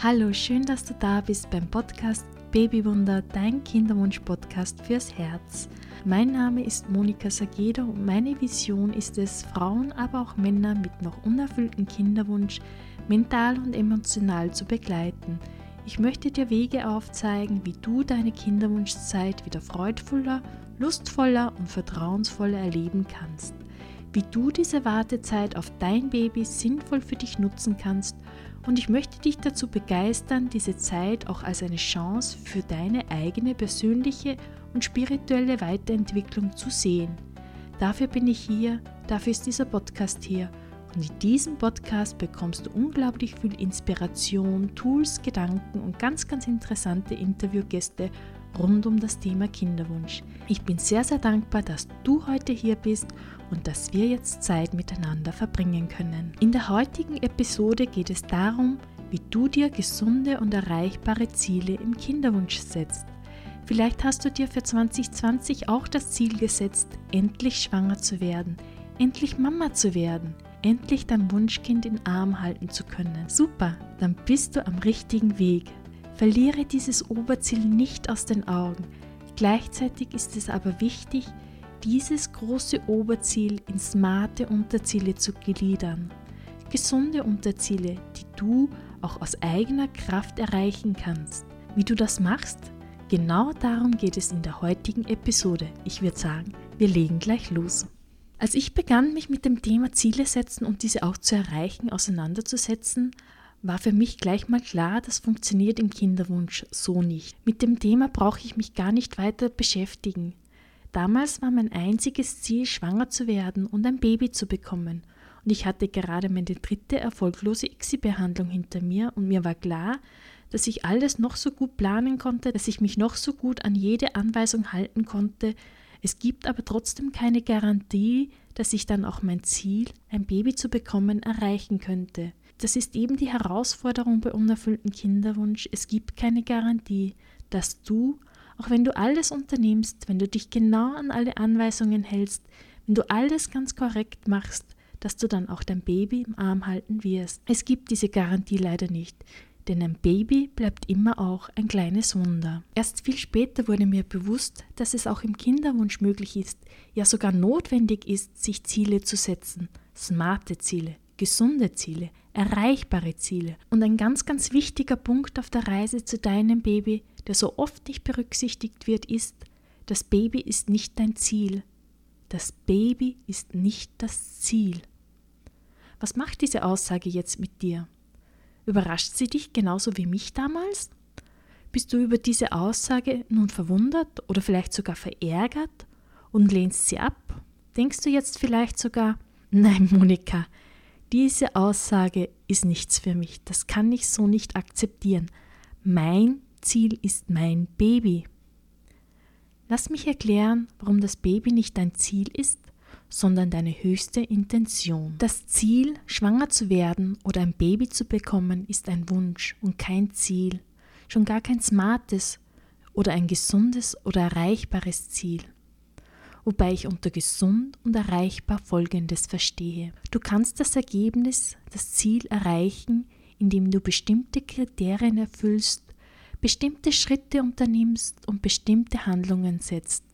Hallo, schön, dass du da bist beim Podcast Babywunder, dein Kinderwunsch-Podcast fürs Herz. Mein Name ist Monika Sagedo und meine Vision ist es, Frauen, aber auch Männer mit noch unerfülltem Kinderwunsch mental und emotional zu begleiten. Ich möchte dir Wege aufzeigen, wie du deine Kinderwunschzeit wieder freudvoller, lustvoller und vertrauensvoller erleben kannst. Wie du diese Wartezeit auf dein Baby sinnvoll für dich nutzen kannst, und ich möchte dich dazu begeistern, diese Zeit auch als eine Chance für deine eigene persönliche und spirituelle Weiterentwicklung zu sehen. Dafür bin ich hier, dafür ist dieser Podcast hier. Und in diesem Podcast bekommst du unglaublich viel Inspiration, Tools, Gedanken und ganz interessante Interviewgäste rund um das Thema Kinderwunsch. Ich bin sehr dankbar, dass du heute hier bist und dass wir jetzt Zeit miteinander verbringen können. In der heutigen Episode geht es darum, wie du dir gesunde und erreichbare Ziele im Kinderwunsch setzt. Vielleicht hast du dir für 2020 auch das Ziel gesetzt, endlich schwanger zu werden, endlich Mama zu werden, endlich dein Wunschkind in den Arm halten zu können. Super, dann bist du am richtigen Weg. Verliere dieses Oberziel nicht aus den Augen. Gleichzeitig ist es aber wichtig, dieses große Oberziel in smarte Unterziele zu gliedern. Gesunde Unterziele, die du auch aus eigener Kraft erreichen kannst. Wie du das machst? Genau darum geht es in der heutigen Episode. Ich würde sagen, wir legen gleich los. Als ich begann, mich mit dem Thema Ziele setzen und diese auch zu erreichen, auseinanderzusetzen, war für mich gleich mal klar, das funktioniert im Kinderwunsch so nicht. Mit dem Thema brauche ich mich gar nicht weiter beschäftigen. Damals war mein einziges Ziel, schwanger zu werden und ein Baby zu bekommen. Und ich hatte gerade meine 3. erfolglose ICSI-Behandlung hinter mir und mir war klar, dass ich alles noch so gut planen konnte, dass ich mich noch so gut an jede Anweisung halten konnte. Es gibt aber trotzdem keine Garantie, dass ich dann auch mein Ziel, ein Baby zu bekommen, erreichen könnte. Das ist eben die Herausforderung bei unerfülltem Kinderwunsch. Es gibt keine Garantie, dass du, auch wenn du alles unternimmst, wenn du dich genau an alle Anweisungen hältst, wenn du alles ganz korrekt machst, dass du dann auch dein Baby im Arm halten wirst. Es gibt diese Garantie leider nicht, denn ein Baby bleibt immer auch ein kleines Wunder. Erst viel später wurde mir bewusst, dass es auch im Kinderwunsch möglich ist, ja sogar notwendig ist, sich Ziele zu setzen, smarte Ziele, gesunde Ziele, erreichbare Ziele. Und ein ganz wichtiger Punkt auf der Reise zu deinem Baby, der so oft nicht berücksichtigt wird, ist, das Baby ist nicht dein Ziel. Das Baby ist nicht das Ziel. Was macht diese Aussage jetzt mit dir? Überrascht sie dich genauso wie mich damals? Bist du über diese Aussage nun verwundert oder vielleicht sogar verärgert und lehnst sie ab? Denkst du jetzt vielleicht sogar, nein Monika, diese Aussage ist nichts für mich, das kann ich so nicht akzeptieren. Mein Ziel ist mein Baby. Lass mich erklären, warum das Baby nicht dein Ziel ist, sondern deine höchste Intention. Das Ziel, schwanger zu werden oder ein Baby zu bekommen, ist ein Wunsch und kein Ziel, schon gar kein smartes oder ein gesundes oder erreichbares Ziel. Wobei ich unter gesund und erreichbar Folgendes verstehe. Du kannst das Ergebnis, das Ziel erreichen, indem du bestimmte Kriterien erfüllst, bestimmte Schritte unternimmst und bestimmte Handlungen setzt.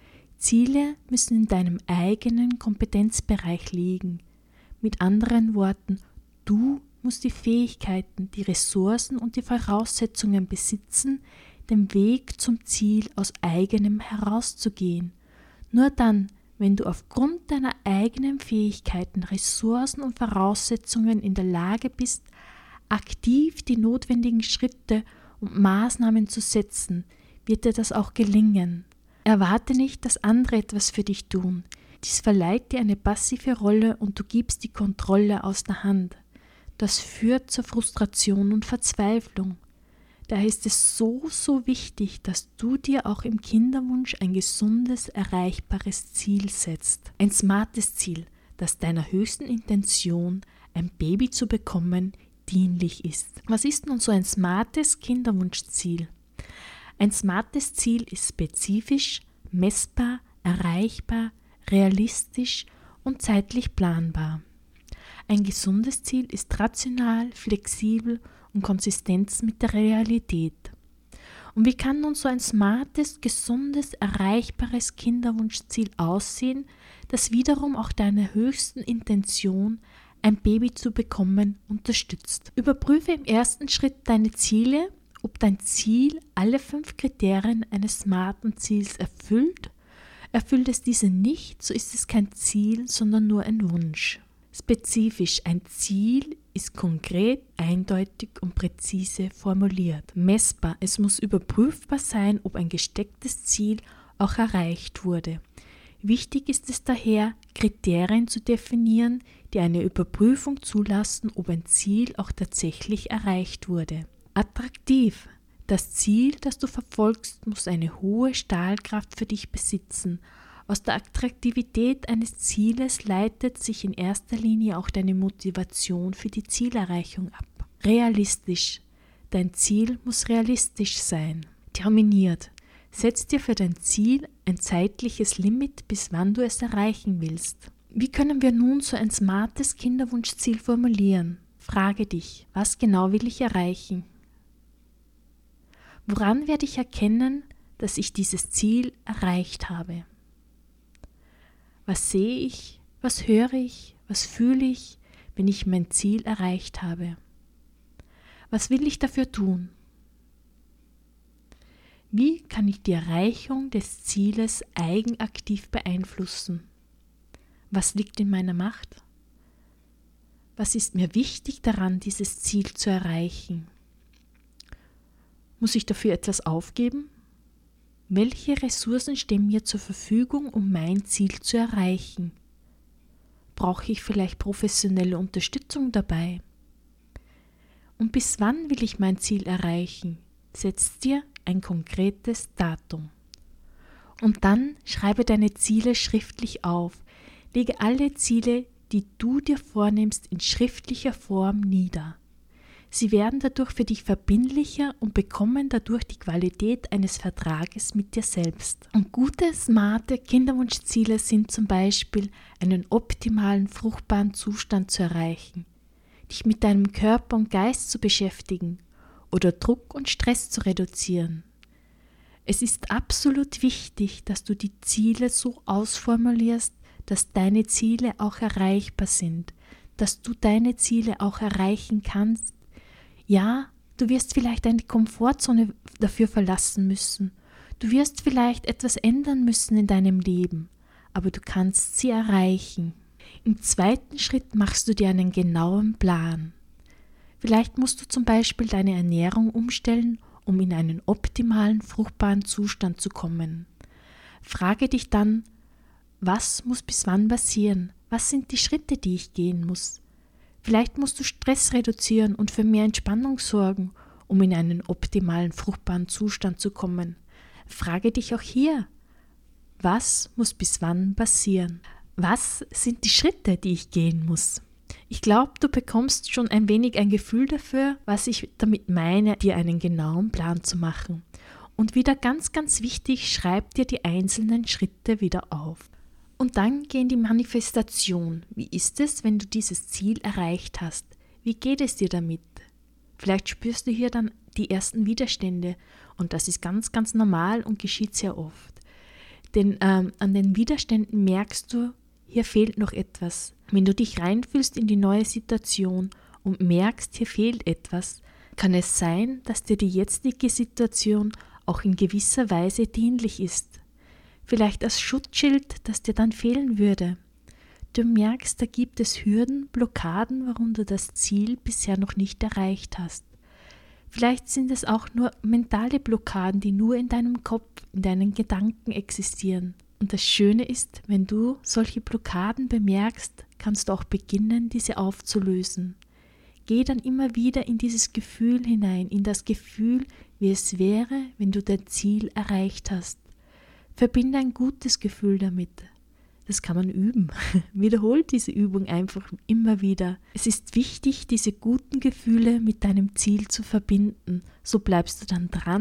Ziele müssen in deinem eigenen Kompetenzbereich liegen. Mit anderen Worten, du musst die Fähigkeiten, die Ressourcen und die Voraussetzungen besitzen, den Weg zum Ziel aus eigenem herauszugehen. Nur dann, wenn du aufgrund deiner eigenen Fähigkeiten, Ressourcen und Voraussetzungen in der Lage bist, aktiv die notwendigen Schritte und Maßnahmen zu setzen, wird dir das auch gelingen. Erwarte nicht, dass andere etwas für dich tun. Dies verleiht dir eine passive Rolle und du gibst die Kontrolle aus der Hand. Das führt zur Frustration und Verzweiflung. Daher ist es so wichtig, dass du dir auch im Kinderwunsch ein gesundes, erreichbares Ziel setzt. Ein smartes Ziel, das deiner höchsten Intention, ein Baby zu bekommen, dienlich ist. Was ist nun so ein smartes Kinderwunschziel? Ein smartes Ziel ist spezifisch, messbar, erreichbar, realistisch und zeitlich planbar. Ein gesundes Ziel ist rational, flexibel und konsistent mit der Realität. Und wie kann nun so ein smartes, gesundes, erreichbares Kinderwunschziel aussehen, das wiederum auch deine höchsten Intention, ein Baby zu bekommen, unterstützt? Überprüfe im ersten Schritt deine Ziele, ob dein Ziel alle 5 Kriterien eines smarten Ziels erfüllt. Erfüllt es diese nicht, so ist es kein Ziel, sondern nur ein Wunsch. Spezifisch, ein Ziel ist konkret, eindeutig und präzise formuliert. Messbar, es muss überprüfbar sein, ob ein gestecktes Ziel auch erreicht wurde. Wichtig ist es daher, Kriterien zu definieren, die eine Überprüfung zulassen, ob ein Ziel auch tatsächlich erreicht wurde. Attraktiv. Das Ziel, das du verfolgst, muss eine hohe Strahlkraft für dich besitzen. Aus der Attraktivität eines Zieles leitet sich in erster Linie auch deine Motivation für die Zielerreichung ab. Realistisch. Dein Ziel muss realistisch sein. Terminiert. Setz dir für dein Ziel ein zeitliches Limit, bis wann du es erreichen willst. Wie können wir nun so ein smartes Kinderwunschziel formulieren? Frage dich, was genau will ich erreichen? Woran werde ich erkennen, dass ich dieses Ziel erreicht habe? Was sehe ich, was höre ich, was fühle ich, wenn ich mein Ziel erreicht habe? Was will ich dafür tun? Wie kann ich die Erreichung des Zieles eigenaktiv beeinflussen? Was liegt in meiner Macht? Was ist mir wichtig daran, dieses Ziel zu erreichen? Muss ich dafür etwas aufgeben? Welche Ressourcen stehen mir zur Verfügung, um mein Ziel zu erreichen? Brauche ich vielleicht professionelle Unterstützung dabei? Und bis wann will ich mein Ziel erreichen? Setz dir ein konkretes Datum. Und dann schreibe deine Ziele schriftlich auf. Lege alle Ziele, die du dir vornimmst, in schriftlicher Form nieder. Sie werden dadurch für dich verbindlicher und bekommen dadurch die Qualität eines Vertrages mit dir selbst. Und gute, smarte Kinderwunschziele sind zum Beispiel, einen optimalen, fruchtbaren Zustand zu erreichen, dich mit deinem Körper und Geist zu beschäftigen oder Druck und Stress zu reduzieren. Es ist absolut wichtig, dass du die Ziele so ausformulierst, dass deine Ziele auch erreichbar sind, dass du deine Ziele auch erreichen kannst. Ja, du wirst vielleicht deine Komfortzone dafür verlassen müssen. Du wirst vielleicht etwas ändern müssen in deinem Leben, aber du kannst sie erreichen. Im zweiten Schritt machst du dir einen genauen Plan. Vielleicht musst du zum Beispiel deine Ernährung umstellen, um in einen optimalen, fruchtbaren Zustand zu kommen. Frage dich dann, was muss bis wann passieren? Was sind die Schritte, die ich gehen muss? Vielleicht musst du Stress reduzieren und für mehr Entspannung sorgen, um in einen optimalen, fruchtbaren Zustand zu kommen. Frage dich auch hier, was muss bis wann passieren? Was sind die Schritte, die ich gehen muss? Ich glaube, du bekommst schon ein wenig ein Gefühl dafür, was ich damit meine, dir einen genauen Plan zu machen. Und wieder ganz, ganz wichtig, schreib dir die einzelnen Schritte wieder auf. Und dann geh in die Manifestation. Wie ist es, wenn du dieses Ziel erreicht hast? Wie geht es dir damit? Vielleicht spürst du hier dann die ersten Widerstände und das ist ganz, ganz normal und geschieht sehr oft. Denn an den Widerständen merkst du, hier fehlt noch etwas. Wenn du dich reinfühlst in die neue Situation und merkst, hier fehlt etwas, kann es sein, dass dir die jetzige Situation auch in gewisser Weise dienlich ist. Vielleicht als Schutzschild, das dir dann fehlen würde. Du merkst, da gibt es Hürden, Blockaden, warum du das Ziel bisher noch nicht erreicht hast. Vielleicht sind es auch nur mentale Blockaden, die nur in deinem Kopf, in deinen Gedanken existieren. Und das Schöne ist, wenn du solche Blockaden bemerkst, kannst du auch beginnen, diese aufzulösen. Geh dann immer wieder in dieses Gefühl hinein, in das Gefühl, wie es wäre, wenn du dein Ziel erreicht hast. Verbinde ein gutes Gefühl damit. Das kann man üben. Wiederhol diese Übung einfach immer wieder. Es ist wichtig, diese guten Gefühle mit deinem Ziel zu verbinden. So bleibst du dann dran,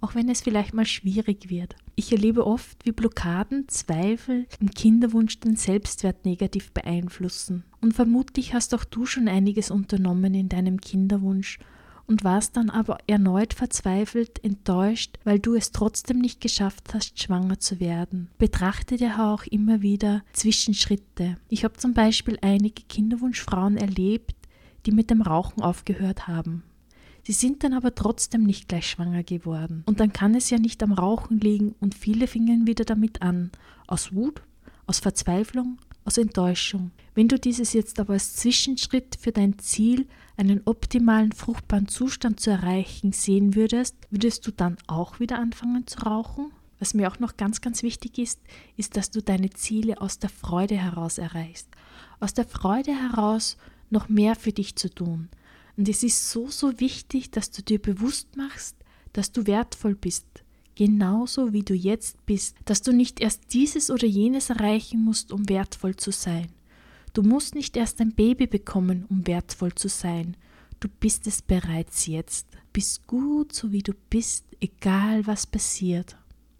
auch wenn es vielleicht mal schwierig wird. Ich erlebe oft, wie Blockaden, Zweifel im Kinderwunsch den Selbstwert negativ beeinflussen. Und vermutlich hast auch du schon einiges unternommen in deinem Kinderwunsch und warst dann aber erneut verzweifelt, enttäuscht, weil du es trotzdem nicht geschafft hast, schwanger zu werden. Betrachte dir auch immer wieder Zwischenschritte. Ich habe zum Beispiel einige Kinderwunschfrauen erlebt, die mit dem Rauchen aufgehört haben. Sie sind dann aber trotzdem nicht gleich schwanger geworden. Und dann kann es ja nicht am Rauchen liegen und viele fingen wieder damit an. Aus Wut, aus Verzweiflung, aus Enttäuschung. Wenn du dieses jetzt aber als Zwischenschritt für dein Ziel, einen optimalen, fruchtbaren Zustand zu erreichen, sehen würdest, würdest du dann auch wieder anfangen zu rauchen? Was mir auch noch ganz, ganz wichtig ist, dass du deine Ziele aus der Freude heraus erreichst. Aus der Freude heraus noch mehr für dich zu tun. Und es ist so, so wichtig, dass du dir bewusst machst, dass du wertvoll bist, genauso wie du jetzt bist, dass du nicht erst dieses oder jenes erreichen musst, um wertvoll zu sein. Du musst nicht erst ein Baby bekommen, um wertvoll zu sein. Du bist es bereits jetzt. Du bist gut, so wie du bist, egal was passiert.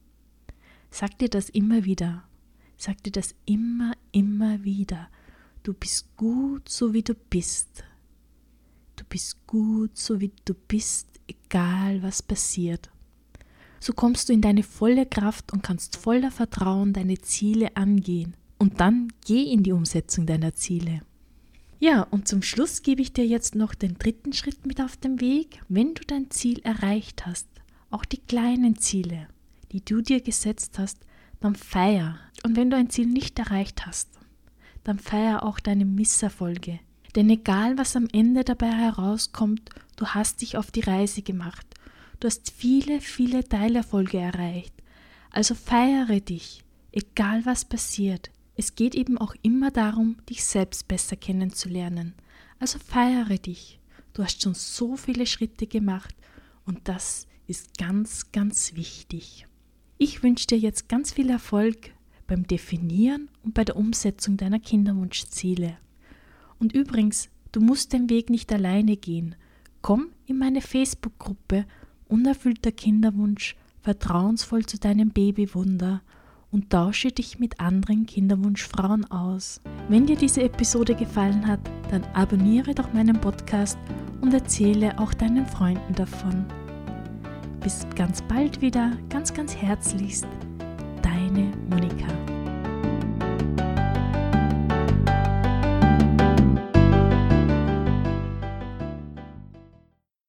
Sag dir das immer wieder. Sag dir das immer wieder. Du bist gut, so wie du bist. Du bist gut, so wie du bist, egal was passiert. So kommst du in deine volle Kraft und kannst voller Vertrauen deine Ziele angehen. Und dann geh in die Umsetzung deiner Ziele. Ja, und zum Schluss gebe ich dir jetzt noch den 3. Schritt mit auf den Weg. Wenn du dein Ziel erreicht hast, auch die kleinen Ziele, die du dir gesetzt hast, dann feier. Und wenn du ein Ziel nicht erreicht hast, dann feier auch deine Misserfolge. Denn egal, was am Ende dabei herauskommt, du hast dich auf die Reise gemacht. Du hast viele, viele Teilerfolge erreicht. Also feiere dich, egal was passiert. Es geht eben auch immer darum, dich selbst besser kennenzulernen. Also feiere dich. Du hast schon so viele Schritte gemacht und das ist ganz, ganz wichtig. Ich wünsche dir jetzt ganz viel Erfolg beim Definieren und bei der Umsetzung deiner Kinderwunschziele. Und übrigens, du musst den Weg nicht alleine gehen. Komm in meine Facebook-Gruppe Unerfüllter Kinderwunsch, vertrauensvoll zu deinem Babywunder und tausche dich mit anderen Kinderwunschfrauen aus. Wenn dir diese Episode gefallen hat, dann abonniere doch meinen Podcast und erzähle auch deinen Freunden davon. Bis ganz bald wieder, ganz, ganz herzlichst, deine Monika.